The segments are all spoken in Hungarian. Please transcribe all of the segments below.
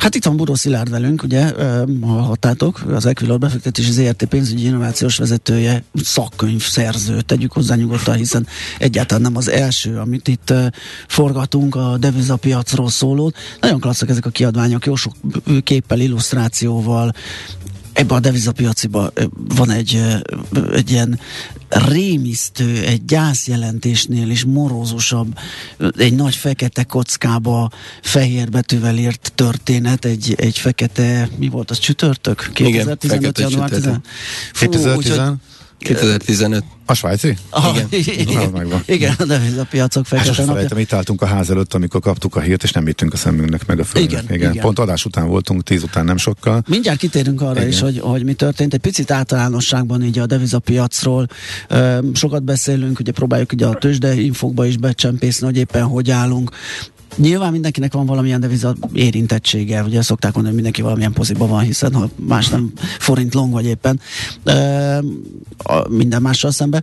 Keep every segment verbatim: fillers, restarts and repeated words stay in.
Hát itt van Buró Szilárd velünk, ugye, hallhattátok, az Equilor befektetési zé er té pénzügyi innovációs vezetője, szakkönyvszerző, tegyük hozzá nyugodtan, hiszen egyáltalán nem az első, amit itt forgatunk, a devizapiacról szóló. Nagyon klasszak ezek a kiadványok, jó sok képpel, illusztrációval. Ebben a devizapiaciban van egy, egy ilyen rémisztő, egy gyászjelentésnél is morózusabb, egy nagy fekete kockába fehér betűvel írt történet, egy, egy fekete, mi volt az, csütörtök? kétezer-tizenöt. Igen, január fekete tizenöt. kétezer-tizenöt. A svájci? Ah, igen. Igen, igen, a devizapiacok fekete napja. napja. Itt álltunk a ház előtt, amikor kaptuk a hírt, és nem vittünk a szemünknek meg a földnek. Igen, igen. igen. Pont adás után voltunk, tíz után nem sokkal. Mindjárt kitérünk arra igen. is, hogy, hogy mi történt. Egy picit általánosságban így a devizapiacról ö, sokat beszélünk, ugye próbáljuk ugye a tőzsdeinfókba is becsempészni, hogy éppen hogy állunk. Nyilván mindenkinek van valamilyen deviza érintettsége, ugye szokták mondani, hogy mindenki valamilyen poziba van, hiszen ha más nem forint long vagy éppen, ö, minden mással szemben.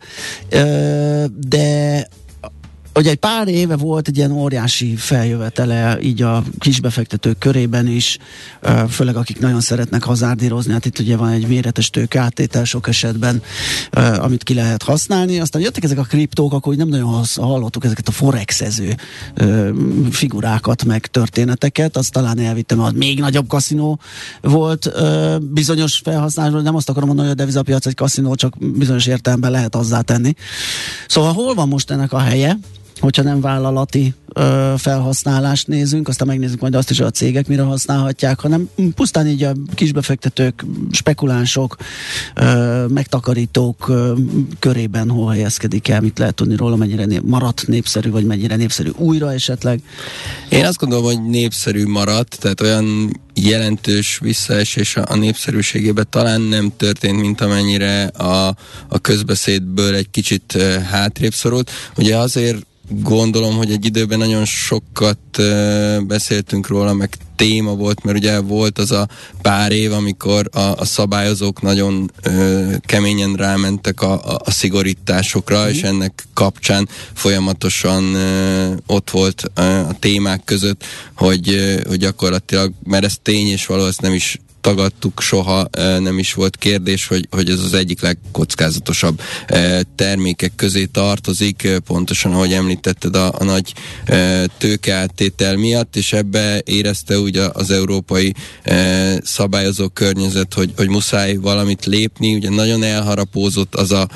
Ö, de hogy egy pár éve volt egy ilyen óriási feljövetele így a kisbefektetők körében is, főleg akik nagyon szeretnek hazárdírozni, hát itt ugye van egy méretes tőkeáttétel sok esetben, amit ki lehet használni. Aztán jöttek ezek a kriptók, akkor nem nagyon hallottuk ezeket a forexező figurákat, meg történeteket, azt talán elvittem, az még nagyobb kaszinó volt bizonyos felhasználásról, nem azt akarom mondani, hogy a devizapiac egy kaszinó, csak bizonyos értelemben lehet azzá tenni. Szóval hol van most ennek a helye, hogyha nem vállalati ö, felhasználást nézünk, aztán megnézzük majd azt is, hogy a cégek mire használhatják, hanem pusztán így a kisbefektetők, spekulánsok, ö, megtakarítók ö, körében hol helyezkedik el, mit lehet tudni róla, mennyire né- maradt népszerű, vagy mennyire népszerű újra esetleg. Én azt gondolom, hogy népszerű maradt, tehát olyan jelentős visszaesés a népszerűségében talán nem történt, mint amennyire a, a közbeszédből egy kicsit uh, hátrébb szorult. Ugye azért gondolom, hogy egy időben nagyon sokat uh, beszéltünk róla, meg téma volt, mert ugye volt az a pár év, amikor a, a szabályozók nagyon uh, keményen rámentek a, a, a szigorításokra, mm. és ennek kapcsán folyamatosan uh, ott volt uh, a témák között, hogy, uh, hogy gyakorlatilag, mert ez tény és való, ezt nem is tagadtuk soha, nem is volt kérdés, hogy, hogy ez az egyik legkockázatosabb termékek közé tartozik, pontosan ahogy említetted a, a nagy tőkeáttétel miatt, és ebbe érezte ugye az európai szabályozó környezet, hogy, hogy muszáj valamit lépni, ugye nagyon elharapózott az a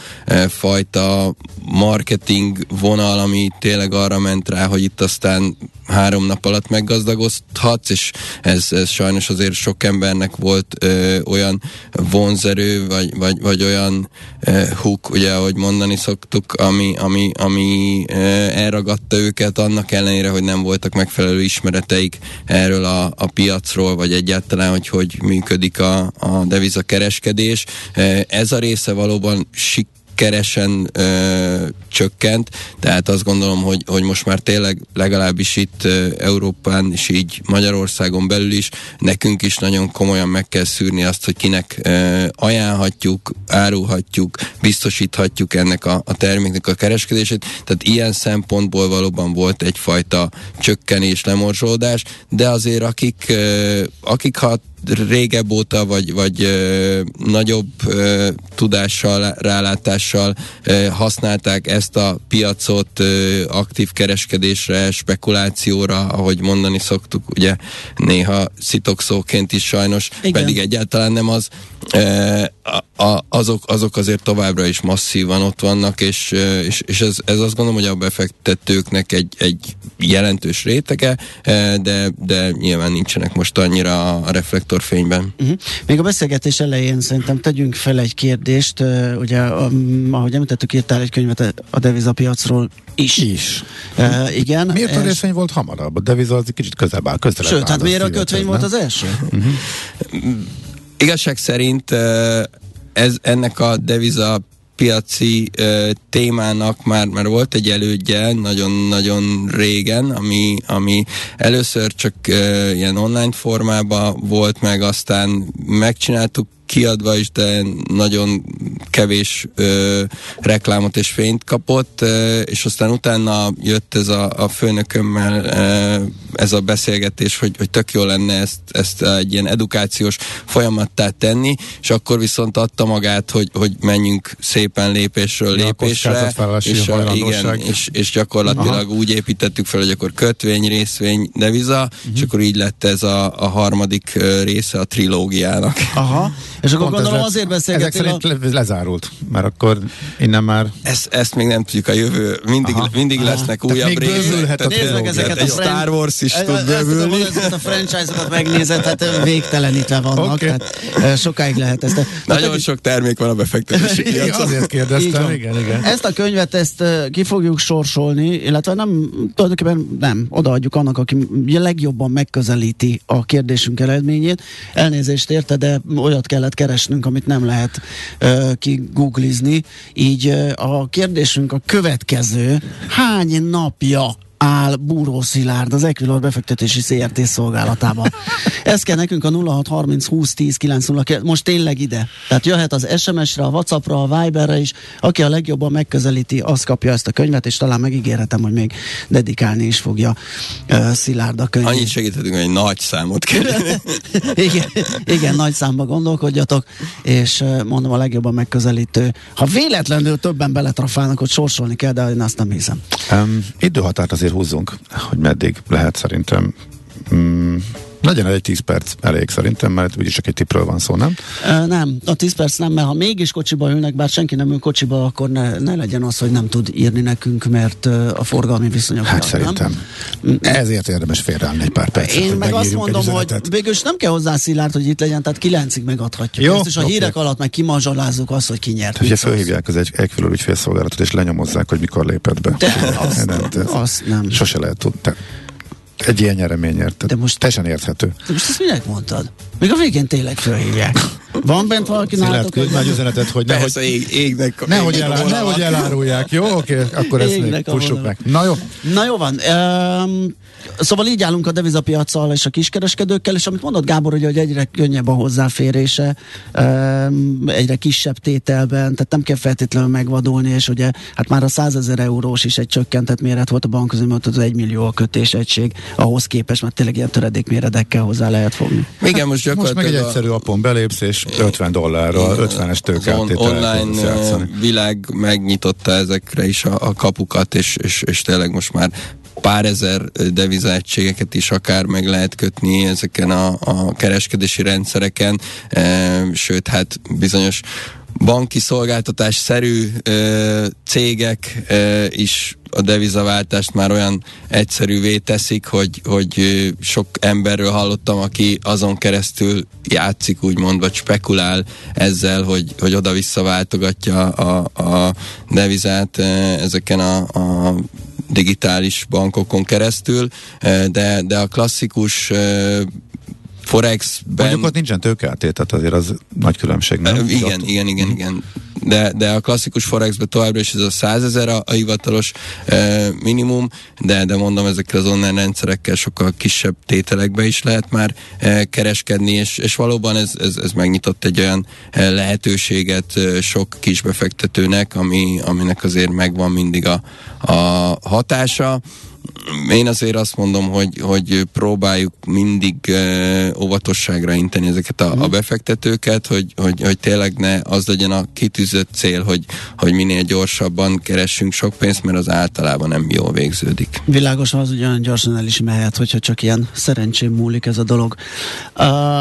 fajta marketing vonal, ami tényleg arra ment rá, hogy itt aztán három nap alatt meggazdagodhatsz, és ez, ez sajnos azért sok embernek volt ö, olyan vonzerő, vagy, vagy, vagy olyan ö, hook, ugye, ahogy mondani szoktuk, ami, ami, ami ö, elragadta őket, annak ellenére, hogy nem voltak megfelelő ismereteik erről a, a piacról, vagy egyáltalán, hogy hogy működik a, a devizakereskedés. Ez a része valóban sik keresen ö, csökkent, tehát azt gondolom, hogy, hogy most már tényleg legalábbis itt ö, Európán és így Magyarországon belül is nekünk is nagyon komolyan meg kell szűrni azt, hogy kinek ö, ajánlhatjuk, árulhatjuk, biztosíthatjuk ennek a, a terméknek a kereskedését, tehát ilyen szempontból valóban volt egyfajta csökkenés, lemorzsolódás, de azért akik, ö, akik ha régebb óta, vagy, vagy ö, nagyobb ö, tudással, rálátással ö, használták ezt a piacot ö, aktív kereskedésre, spekulációra, ahogy mondani szoktuk, ugye néha szitokszóként is sajnos, igen. Pedig egyáltalán nem az. Ö, a, a, azok, azok azért továbbra is masszívan ott vannak, és, és, és ez, ez azt gondolom, hogy a befektetőknek egy, egy jelentős rétege, de, de nyilván nincsenek most annyira a reflektorfényben. Uh-huh. Még a beszélgetés elején szerintem tegyünk fel egy kérdést, ugye um, ahogy említettük, írtál egy könyvet a devizapiacról is. Is. Uh, igen. Miért a részvény volt hamarabb? A deviza az kicsit közelebb áll. Közelebb Sőt, hát miért a kötvény nem? volt az első? Uh-huh. Igazság szerint ez, ennek a deviza piaci uh, témának már, már volt egy elődje nagyon-nagyon régen, ami, ami először csak uh, ilyen online formában volt meg, aztán megcsináltuk kiadva is, de nagyon kevés ö, reklámot és fényt kapott, ö, és aztán utána jött ez a, a főnökömmel ö, ez a beszélgetés, hogy, hogy tök jó lenne ezt, ezt egy ilyen edukációs folyamattá tenni, és akkor viszont adta magát, hogy, hogy menjünk szépen lépésről lépésre, és, a, igen, és, és gyakorlatilag Aha. úgy építettük fel, hogy akkor kötvény, részvény, deviza, uh-huh. és akkor így lett ez a, a harmadik része a trilógiának. Aha, és akkor Pont gondolom azért beszélgettél. Ezek szerint a... lezárult, mert akkor innen már... Ezt, ezt még nem tudjuk, a jövő mindig, mindig lesznek Aha. újabb részek. Nézd meg ezeket egy a fran... Star Wars is tud bővülni. Ezeket a franchise-okat megnézed, hát végtelenítve vannak, okay. tehát sokáig lehet ezt. Nagyon tehát, sok termék van a befektetési piacon. Azért kérdeztem, igen, igen. Ezt a könyvet, ezt ki fogjuk sorsolni, illetve nem, tulajdonképpen nem, odaadjuk annak, aki legjobban megközelíti a kérdésünk eredményét. Elnézést érte, de olyat kellett keresnünk, amit nem lehet uh, kigooglizni. Így uh, a kérdésünk a következő: hány napja áll Búró Szilárd az Equilor befektetési zé er té szolgálatában? Ez kell nekünk a nulla hat harminc húsz tíz kilenc nulla kilenc, most tényleg ide. Tehát jöhet az es em es-re, a WhatsApp-ra, a Viberre is. Aki a legjobban megközelíti, az kapja ezt a könyvet, és talán megígérhetem, hogy még dedikálni is fogja uh, Szilárd a könyvet. Annyit segíthetünk, hogy egy nagy számot kérni. igen, igen, nagy számba gondolkodjatok, és uh, mondom, a legjobban megközelítő. Ha véletlenül többen beletrafálnak, hogy sorsolni kell, de én azt nem hiszem. Um, időhatárt azért húzzunk, hogy meddig lehet szerintem. Mm, legyen egy tíz perc elég szerintem, mert úgyis csak egy tippről van szó, nem? E, nem, a tíz perc nem, mert ha mégis kocsiba ülnek, bár senki nem ül kocsiba, akkor ne, ne legyen az, hogy nem tud írni nekünk, mert a forgalmi viszonyok. Hát szerintem. Nem? Ezért érdemes félreállni egy pár percet. Én meg azt mondom, hogy végülis nem kell hozzá Szilárd, hogy itt legyen, tehát kilencig megadhatjuk. Jó, ezt is a okay. hírek alatt meg kimazsalázzuk azt, hogy ki nyert. Ugye fölhívják az egy Equilor ügyfélszolgálatot, és lenyomozzák, hogy mikor lépett be. De azt nem, azt nem. Sose lehet tudni. Egy ilyen nyereményért. De most teljesen érthető. De most ezt minek mondtad? Még a végén tényleg fölhívják. Van bent valaki nálatok? Szilárd, nagy üzenetet, hogy nehogy, ég, égnek, nehogy, elár, nehogy elárulják. Jó, oké, okay, akkor ezt még pussuk meg. Na jó. Na jó van. Um, szóval így állunk a devizapiaccal és a kiskereskedőkkel, és amit mondott Gábor, hogy, hogy egyre könnyebb a hozzáférése, um, egyre kisebb tételben, tehát nem kell feltétlenül megvadulni, és ugye hát már a százezer eurós is egy csökkentett méret volt a bankközi, mert az egy millió a kötésegység ahhoz képest, mert tényleg ilyen töredékméredekkel hozzá lehet fogni. Igen, most Most meg egy egyszerű appon belépsz, és ötven dollárral, ötvenes tőkeáttétellel on, online világ megnyitotta ezekre is a, a kapukat, és, és, és tényleg most már pár ezer devizaegységeket is akár meg lehet kötni ezeken a, a kereskedési rendszereken, e, sőt, hát bizonyos banki szolgáltatás-szerű ö, cégek ö, is a devizaváltást már olyan egyszerűvé teszik, hogy, hogy sok emberről hallottam, aki azon keresztül játszik, úgymond, vagy spekulál ezzel, hogy, hogy oda-vissza váltogatja a, a devizát ezeken a, a digitális bankokon keresztül, de, de a klasszikus Forexben... Mondjuk ott nincsen tőkeáttétel, tehát azért az nagy különbség, nem? Uh, igen, igen, igen, igen. De, de a klasszikus Forexben továbbra is ez a százezer a, a hivatalos uh, minimum, de, de mondom, ezekkel az online rendszerekkel sokkal kisebb tételekbe is lehet már uh, kereskedni, és, és valóban ez, ez, ez megnyitott egy olyan uh, lehetőséget uh, sok kisbefektetőnek, ami, aminek azért megvan mindig a, a hatása. Én azért azt mondom, hogy, hogy próbáljuk mindig uh, óvatosságra inteni ezeket a, a befektetőket, hogy, hogy, hogy tényleg ne az legyen a kitűzött cél, hogy, hogy minél gyorsabban keressünk sok pénzt, mert az általában nem jól végződik. Világos, az ugyan gyorsan el is mehet, hogyha csak ilyen szerencsém múlik ez a dolog. Uh,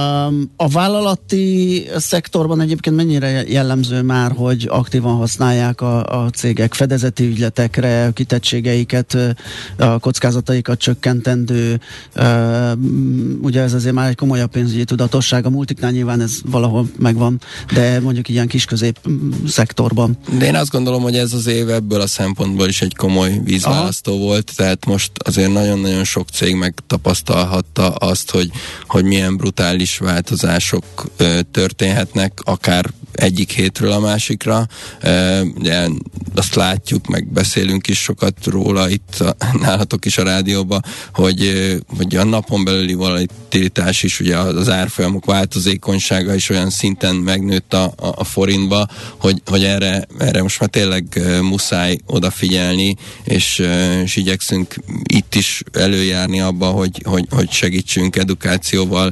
a vállalati szektorban egyébként mennyire jellemző már, hogy aktívan használják a, a cégek fedezeti ügyletekre, kitettségeiket, a kockázataikat csökkentendő, uh, ugye ez azért már egy komolyabb pénzügyi tudatosság, a multiknál nyilván ez valahol megvan, de mondjuk ilyen kis-közép szektorban. De én azt gondolom, hogy ez az év ebből a szempontból is egy komoly vízválasztó Aha. volt, tehát most azért nagyon-nagyon sok cég megtapasztalhatta azt, hogy, hogy milyen brutális változások ö, történhetnek, akár egyik hétről a másikra. De azt látjuk, meg beszélünk is sokat róla itt a, nálatok is a rádióban, hogy, hogy a napon belüli volatilitás is, ugye az árfolyamok változékonysága is olyan szinten megnőtt a, a, a forintba, hogy, hogy erre, erre most már tényleg muszáj odafigyelni, és, és igyekszünk itt is előjárni abba, hogy, hogy, hogy segítsünk edukációval,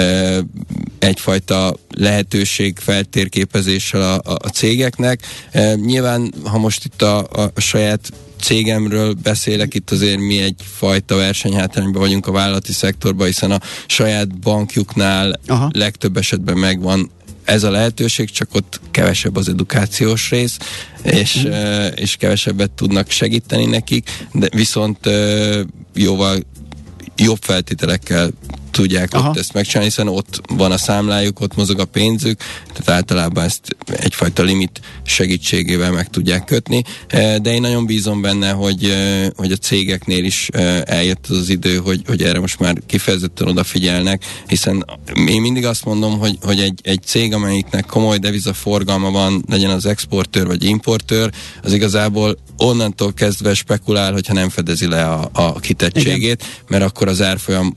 egyfajta lehetőség feltérképezéssel a, a, a cégeknek. E, nyilván, ha most itt a, a, a saját cégemről beszélek, itt azért mi egyfajta versenyhátrányban vagyunk a vállalati szektorban, hiszen a saját bankjuknál Aha. legtöbb esetben megvan ez a lehetőség, csak ott kevesebb az edukációs rész, és, mm. e, és kevesebbet tudnak segíteni nekik, de viszont e, jóval jobb feltételekkel tudják Aha. ott ezt megcsinálni, hiszen ott van a számlájuk, ott mozog a pénzük, tehát általában ezt egyfajta limit segítségével meg tudják kötni, de én nagyon bízom benne, hogy, hogy a cégeknél is eljött az, az idő, hogy, hogy erre most már kifejezetten odafigyelnek, hiszen én mindig azt mondom, hogy, hogy egy, egy cég, amelyiknek komoly devizaforgalma van, legyen az exportőr vagy importőr, az igazából onnantól kezdve spekulál, hogyha nem fedezi le a, a kitettségét, Igen. mert akkor az árfolyam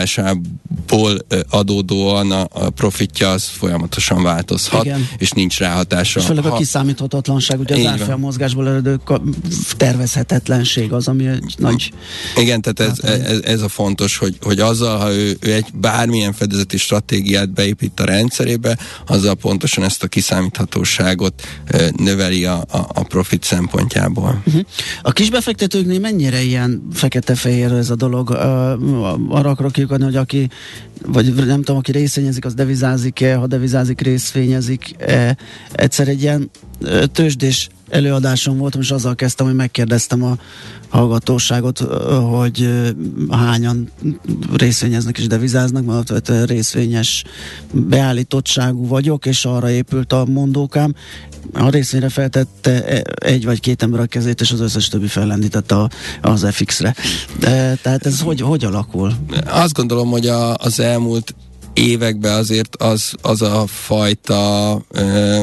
mozgásából adódóan a, a profitja az folyamatosan változhat, Igen. és nincs ráhatása. És főleg a kiszámíthatatlanság, ugye az árfolyam mozgásból eredő tervezhetetlenség az, ami egy nagy... Igen, tehát ez, ez, ez a fontos, hogy, hogy azzal, ha ő, ő egy bármilyen fedezeti stratégiát beépít a rendszerébe, azzal pontosan ezt a kiszámíthatóságot növeli a, a, a profit szempontjából. Uh-huh. A kisbefektetőknél mennyire ilyen fekete-fehér ez a dolog? Uh, arra akarok kiukadni, hogy aki, vagy nem tudom, aki részvényezik, az devizázik-e, ha devizázik, részvényezik-e. Egyszer egy ilyen tőzsdés előadásom voltam, és azzal kezdtem, hogy megkérdeztem a hallgatóságot, hogy hányan részvényeznek és devizáznak, mert részvényes beállítottságú vagyok, és arra épült a mondókám. A részvényre feltette egy vagy két ember a kezét, és az összes többi fellendítette a, az ef iksz-re. De, tehát ez hogy, hogy alakul? Azt gondolom, hogy a, az elmúlt években azért az, az a fajta ö,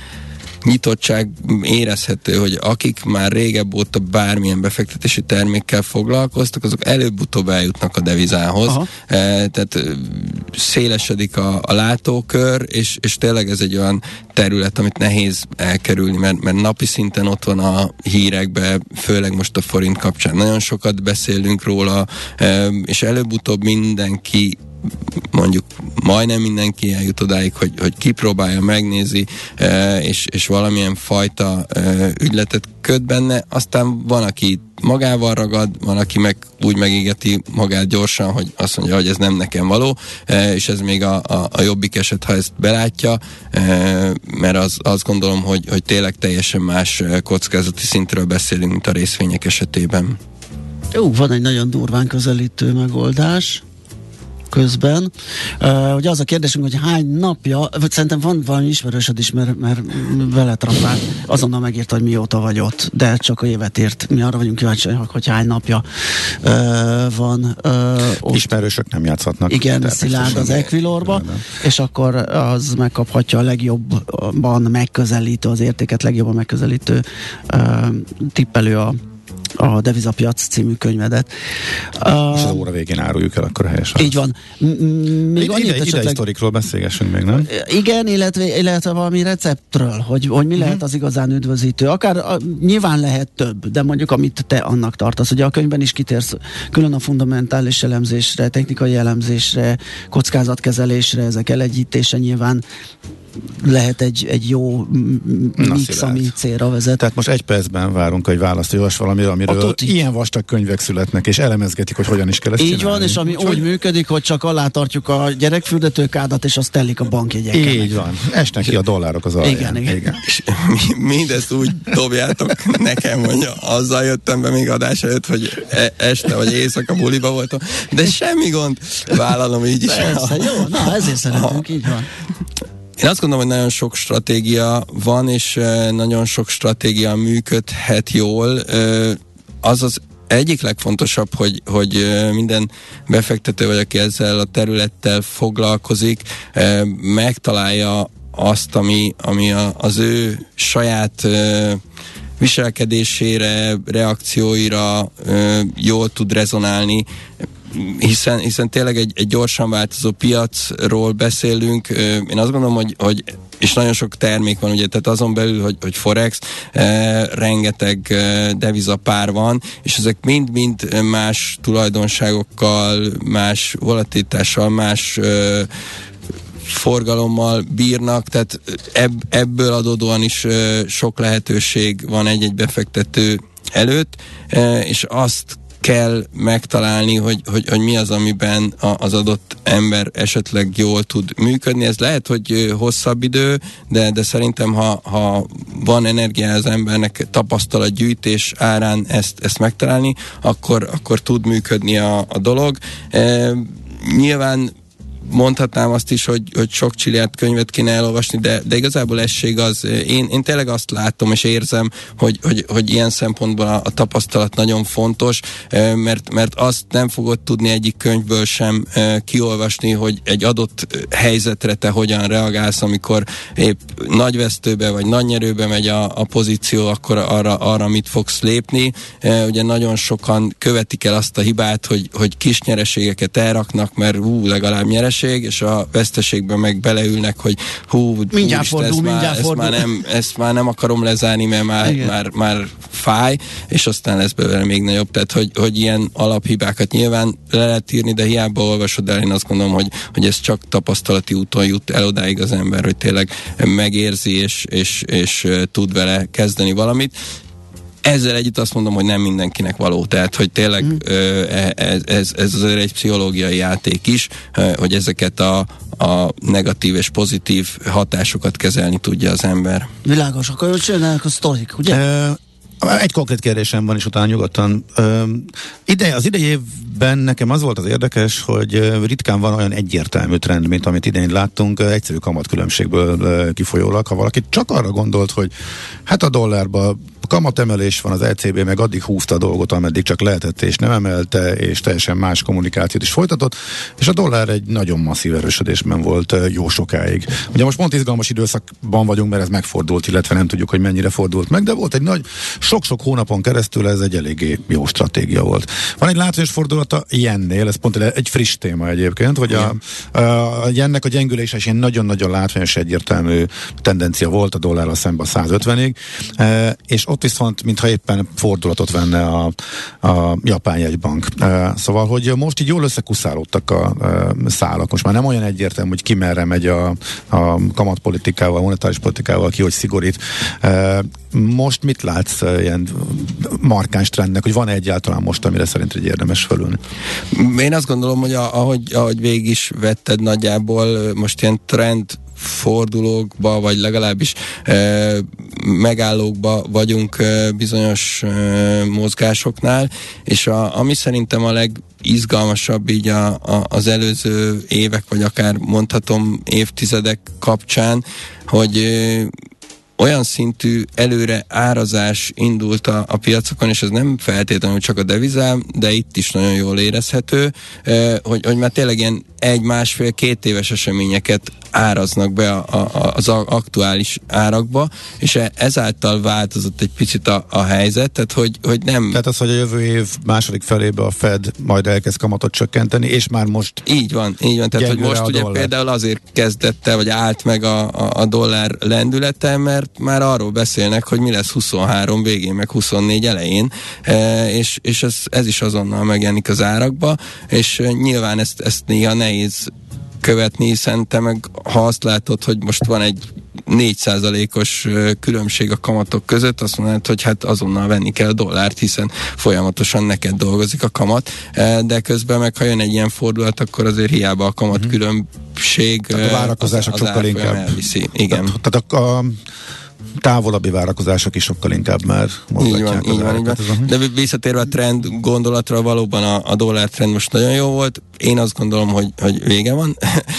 nyitottság érezhető, hogy akik már régebb óta bármilyen befektetési termékkel foglalkoztak, azok előbb-utóbb eljutnak a devizához. Aha. E, tehát szélesedik a, a látókör, és, és tényleg ez egy olyan terület, amit nehéz elkerülni, mert, mert napi szinten ott van a hírekben, főleg most a forint kapcsán. Nagyon sokat beszélünk róla, e, és előbb-utóbb mindenki mondjuk majdnem mindenki eljut odáig, hogy, hogy kipróbálja, megnézi, e, és, és valamilyen fajta e, ügyletet köt benne, aztán van, aki magával ragad, van, aki meg úgy megégeti magát gyorsan, hogy azt mondja, hogy ez nem nekem való, e, és ez még a, a, a jobbik eset, ha ezt belátja, e, mert az, azt gondolom, hogy, hogy tényleg teljesen más kockázati szintről beszélünk, mint a részvények esetében. Jó, van egy nagyon durván közelítő megoldás közben. Uh, ugye az a kérdésünk, hogy hány napja, vagy szerintem van valami ismerősöd is, mert, mert vele trapált, azonnal megírta, hogy mióta vagy ott, de csak a évet írt. Mi arra vagyunk kíváncsiak, hogy hány napja uh, van uh, ott. Ismerősök nem játszhatnak. Igen, szilárd az Equilorba, és akkor az megkaphatja a legjobban megközelítő, az értéket legjobban megközelítő uh, tippelő a a Devizapiac című könyvedet. Uh, és az óra végén áruljuk el, akkor helyesen. Így van. Még ide, ide esetleg... sztorikról beszélgessünk még, nem? Igen, illetve, illetve valami receptről, hogy, hogy mi uh-huh. lehet az igazán üdvözítő. Akár a, nyilván lehet több, de mondjuk amit te annak tartasz. Ugye a könyvben is kitérsz külön a fundamentális elemzésre, technikai elemzésre, kockázatkezelésre, ezek elegyítése nyilván lehet egy, egy jó mix, ami célra vezet. Tehát most egy percben várunk, hogy válaszoljas valamiről, amiről ilyen vastag könyvek születnek, és elemezgetik, hogy hogyan is kell ezt Így csinálni. van, és ami úgy, úgy működik, hogy csak alá tartjuk a gyerekfürdetőkádat, és azt telik a bankjegyekkel. Így van. Esnek ki a dollárok az alján. Igen, igen. igen. És mindezt úgy dobjátok nekem, hogy azzal jöttem be még adás előtt, hogy este vagy éjszaka buliba voltam, de semmi gond, vállalom így is. Persze, jó, na ezért szeretünk, így van. Én azt gondolom, hogy nagyon sok stratégia van, és nagyon sok stratégia működhet jól. Az az egyik legfontosabb, hogy, hogy minden befektető, vagy aki ezzel a területtel foglalkozik, megtalálja azt, ami, ami a, az ő saját ö, viselkedésére, reakcióira ö, jól tud rezonálni, hiszen, hiszen tényleg egy, egy gyorsan változó piacról beszélünk. Én azt gondolom, hogy, hogy és nagyon sok termék van, ugye, tehát azon belül, hogy, hogy Forex, eh, rengeteg eh, devizapár van, és ezek mind-mind más tulajdonságokkal, más volatilitással, más eh, forgalommal bírnak, tehát ebb, ebből adódóan is eh, sok lehetőség van egy-egy befektető előtt, eh, és azt kell megtalálni, hogy, hogy, hogy mi az, amiben az adott ember esetleg jól tud működni. Ez lehet, hogy hosszabb idő, de, de szerintem, ha, ha van energia az embernek tapasztalatgyűjtés árán ezt, ezt megtalálni, akkor, akkor tud működni a, a dolog. E, nyilván mondhatnám azt is, hogy, hogy sok Csilliárd könyvet kéne elolvasni, de, de igazából esség az, én, én tényleg azt látom és érzem, hogy, hogy, hogy ilyen szempontból a, a tapasztalat nagyon fontos, mert, mert azt nem fogod tudni egyik könyvből sem kiolvasni, hogy egy adott helyzetre te hogyan reagálsz, amikor épp nagy vesztőbe vagy nagy nyerőbe megy a, a pozíció, akkor arra, arra mit fogsz lépni. Ugye nagyon sokan követik el azt a hibát, hogy, hogy kis nyereségeket elraknak, mert ú, legalább nyeres, és a veszteségben meg beleülnek, hogy hú, mindjárt úristen, fordul, ezt, mindjárt már, ezt, fordul. már nem, ezt már nem akarom lezárni, mert már, már, már fáj, és aztán lesz belőle még nagyobb. Tehát, hogy, hogy ilyen alaphibákat nyilván le lehet írni, de hiába olvasod el, én azt gondolom, hogy, hogy ez csak tapasztalati úton jut el odáig az ember, hogy tényleg megérzi, és, és, és tud vele kezdeni valamit. Ezzel együtt azt mondom, hogy nem mindenkinek való, tehát, hogy tényleg mm. ez, ez, ez azért egy pszichológiai játék is, hogy ezeket a, a negatív és pozitív hatásokat kezelni tudja az ember. Világos, akkor jönnek a sztorik, ugye? E- Egy konkrét kérdésem van, és utána nyugodtan. Ide, az idei évben nekem az volt az érdekes, hogy ritkán van olyan egyértelmű trend, mint amit idén láttunk, egyszerű kamatkülönbségből kifolyólag. Ha valaki csak arra gondolt, hogy hát a dollárba kamatemelés van, az é cé bé meg addig húzta a dolgot, ameddig csak lehetett, és nem emelte, és teljesen más kommunikációt is folytatott, és a dollár egy nagyon masszív erősödésben volt jó sokáig. Ugye most pont izgalmas időszakban vagyunk, mert ez megfordult, illetve nem tudjuk, hogy mennyire fordult meg, de volt egy nagy, sok-sok hónapon keresztül ez egy eléggé jó stratégia volt. Van egy látványos fordulata jennél, ez pont egy friss téma egyébként, hogy a, a jennek a gyengülése is ilyen nagyon-nagyon látványos egyértelmű tendencia volt a dollárral szemben a száz ötvenig, és ott viszont, mintha éppen fordulatot venne a, a japán jegybank. Uh, szóval, hogy most így jól összekuszálódtak a uh, szálak. Most már nem olyan egyértelmű, hogy ki merre megy a, a kamatpolitikával, a monetáris politikával, ki hogy szigorít. Uh, most mit látsz uh, ilyen markáns trendnek, hogy van egyáltalán most, amire szerint egy érdemes fölülni? Én azt gondolom, hogy a, ahogy, ahogy végig is vetted nagyjából, most ilyen trend fordulókba, vagy legalábbis e, megállókba vagyunk e, bizonyos e, mozgásoknál, és a, ami szerintem a legizgalmasabb így a, a, az előző évek, vagy akár mondhatom évtizedek kapcsán, hogy e, olyan szintű előre árazás indult a, a piacokon, és ez nem feltétlenül csak a devizám, de itt is nagyon jól érezhető, eh, hogy, hogy már tényleg ilyen egy, másfél, két éves eseményeket áraznak be a, a, az aktuális árakba, és ezáltal változott egy picit a, a helyzet, tehát hogy, hogy nem... Tehát az, hogy a jövő év második felébe a Fed majd elkezd kamatot csökkenteni, és már most... Így van, így van, tehát hogy most ugye dollár. Például azért kezdett el, vagy állt meg a, a, a dollár lendülete, mert már arról beszélnek, hogy mi lesz huszonhárom végén, meg huszonnégy elején, e, és, és ez, ez is azonnal megjelenik az árakba, és nyilván ezt, ezt néha nehéz követni, hiszen te meg, ha azt látod, hogy most van egy négy százalékos különbség a kamatok között, azt mondod, hogy hát azonnal venni kell a dollárt, hiszen folyamatosan neked dolgozik a kamat, de közben meg, ha jön egy ilyen fordulat, akkor azért hiába a kamat uh-huh. különbség tehát a várakozások az, az sokkal inkább elviszi. Igen. Tehát, tehát a, a távolabbi várakozások is sokkal inkább már mozgatják. Így van, így van, így van. De visszatérve a trend gondolatra, valóban a, a dollár trend most nagyon jó volt. Én azt gondolom, hogy, hogy vége van,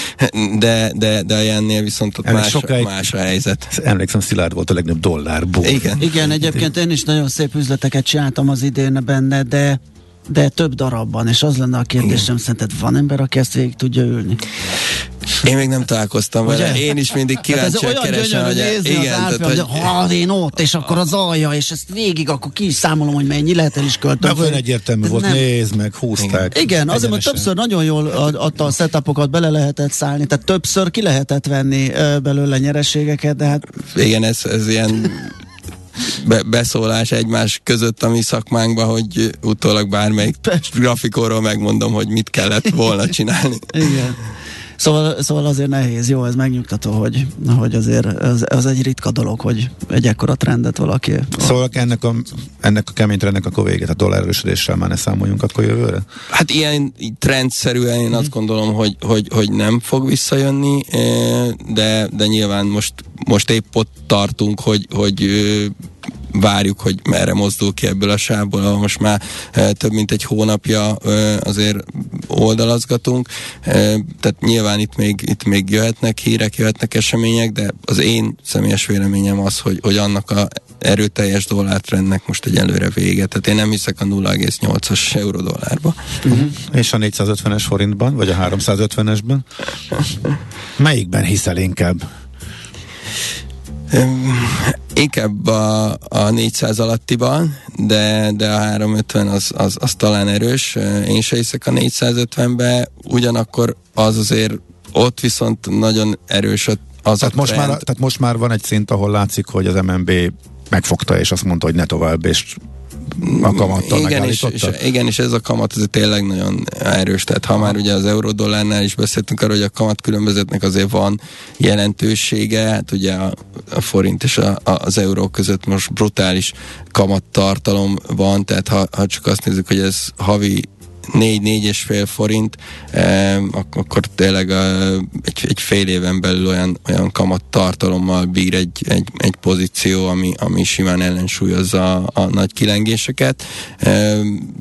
de, de, de ennél viszont ott más, sokáig, más a helyzet. Emlékszem, Szilárd volt a legnagyobb dollárból. Igen. Igen, egyébként én is nagyon szép üzleteket csináltam az idén benne, de de több darabban, és az lenne a kérdésem, szerinted van ember, aki ezt végig tudja ülni? Én még nem találkoztam vele. Ugye? Én is mindig kíváncsian hát keresem, hogy nézni igen, az árfolyam, hogy ha én ott, és akkor az alja, és ezt végig, akkor ki is számolom, hogy mennyi lehet, el is költöm. Nagyon egyértelmű volt, nem. Nézd meg, húzták. Igen, igen azért, hogy többször nagyon jól adta a setupokat, bele lehetett szállni, tehát többször ki lehetett venni belőle nyereségeket, de hát... Igen, ez, ez ilyen... Be, beszólás egymás között a mi szakmánkban, hogy utólag bármelyik grafikonról megmondom, hogy mit kellett volna csinálni. Igen. Szóval, szóval azért nehéz, jó, ez megnyugtató, hogy, hogy azért az, az egy ritka dolog, hogy egy ekkora trendet valaki... Szóval ennek a, ennek a kemény trendnek akkor véget, a dollár erősödéssel már ne számoljunk akkor jövőre? Hát ilyen trendszerűen én mm. azt gondolom, hogy, hogy, hogy nem fog visszajönni, de, de nyilván most, most épp ott tartunk, hogy, hogy várjuk, hogy merre mozdul ki ebből a sávból, ahol most már e, több mint egy hónapja e, azért oldalazgatunk, e, tehát nyilván itt még, itt még jöhetnek hírek, jöhetnek események, de az én személyes véleményem az, hogy, hogy annak a erőteljes dollártrendnek most egy előre vége, tehát én nem hiszek a nulla egész nyolcas euró dollárba. Uh-huh. És a négyszázötvenes forintban, vagy a háromszázötvenesben? Melyikben hiszel inkább? Um, inkább a, a négyszáz alattiban, de, de a háromszázötven az, az, az talán erős. Én se hiszek a négyszázötvenbe, ugyanakkor az azért ott viszont nagyon erős az tehát a most már, tehát most már van egy szint, ahol látszik, hogy az em en bé megfogta, és azt mondta, hogy ne tovább, és a kamattal igen, és, és, igen, és ez a kamat azért tényleg nagyon erős, tehát ha már ugye az euró-dollárnál is beszéltünk arról, hogy a kamat különbözetnek azért van jelentősége, hát ugye a, a forint és a, a, az euró között most brutális kamattartalom van, tehát ha, ha csak azt nézzük, hogy ez havi négy-négy és fél forint, eh, akkor tényleg eh, egy, egy fél éven belül olyan, olyan kamattartalommal bír egy, egy, egy pozíció, ami, ami simán ellensúlyozza a, a nagy kilengéseket. Eh,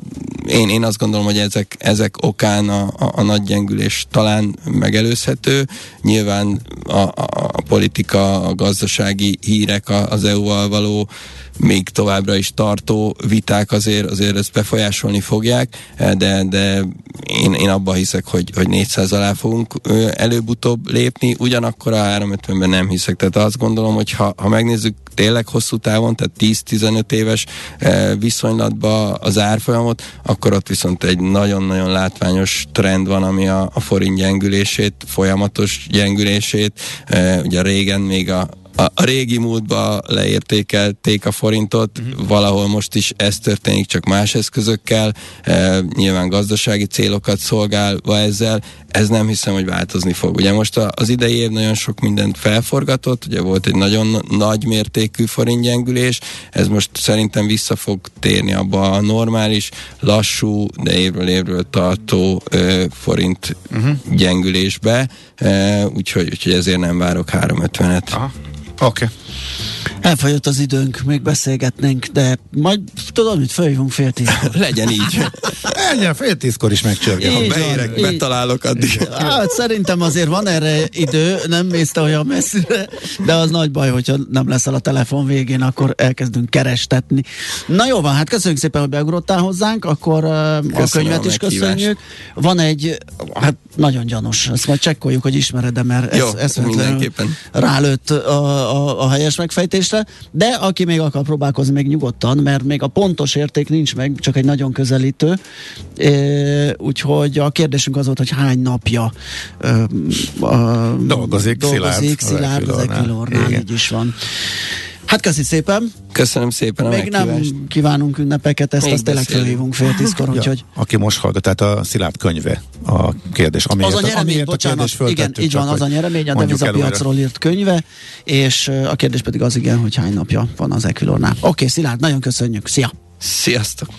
én, én azt gondolom, hogy ezek, ezek okán a, a, a nagy gyengülés talán megelőzhető. Nyilván a, a, a politika, a gazdasági hírek az é u-val való még továbbra is tartó viták azért, azért ezt befolyásolni fogják, de, de én, én abban hiszek, hogy, hogy négyszáz alá fogunk előbb-utóbb lépni, ugyanakkor a háromszázötvenben nem hiszek. Tehát azt gondolom, hogy ha, ha megnézzük tényleg hosszú távon, tehát tíz-tizenöt éves viszonylatban az árfolyamot, akkor ott viszont egy nagyon-nagyon látványos trend van, ami a, a forint gyengülését, folyamatos gyengülését, ugye régen még a A, a régi múltban leértékelték a forintot, uh-huh. valahol most is ez történik, csak más eszközökkel, e, nyilván gazdasági célokat szolgálva ezzel, ez nem hiszem, hogy változni fog. Ugye most a, az idei év nagyon sok mindent felforgatott, ugye volt egy nagyon nagy mértékű forintgyengülés, ez most szerintem vissza fog térni abba a normális, lassú, de évről évről tartó e, forint uh-huh. gyengülésbe, e, úgyhogy, úgyhogy ezért nem várok háromszázötvenet. Aha. Oké. Okay. Elfogyott az időnk, még beszélgetnénk, de majd tudod, mit fölhívunk fél tízkor. Legyen így. Legyen fél tízkor is megcsörgel. Ha beérek, így, betalálok addig. Hát szerintem azért van erre idő, nem mész te olyan messzire, de az nagy baj, hogyha nem leszel a telefon végén, akkor elkezdünk kerestetni. Na jó van, hát köszönjük szépen, hogy beugrottál hozzánk, akkor Köszönöm a könyvet is köszönjük. Van egy, hát nagyon gyanús, ezt majd csekkoljuk, hogy ismered-e, mert jó, ez, ez mindenképpen rálőtt a, a, a helyes megfejtésre, de aki még akar próbálkozni, még nyugodtan, mert még a pontos érték nincs meg, csak egy nagyon közelítő. E, úgyhogy a kérdésünk az volt, hogy hány napja e, a, dolgozik, dolgozik Szilárd az Equilornál, így is van. Hát köszi szépen! Köszönöm szépen a Még meghívást. Nem kívánunk ünnepeket, ezt azt tényleg felhívunk fél tízkor, úgyhogy... Ja, aki most hallgat, tehát a Szilárd könyve a kérdés. Amiért, az a nyeremény, a bocsánat, igen, így van, az a nyeremény, a devizapiacról írt könyve, és a kérdés pedig az igen, hogy hány napja van az Equilornál. Oké, okay, Szilárd, nagyon köszönjük, szia! Sziasztok!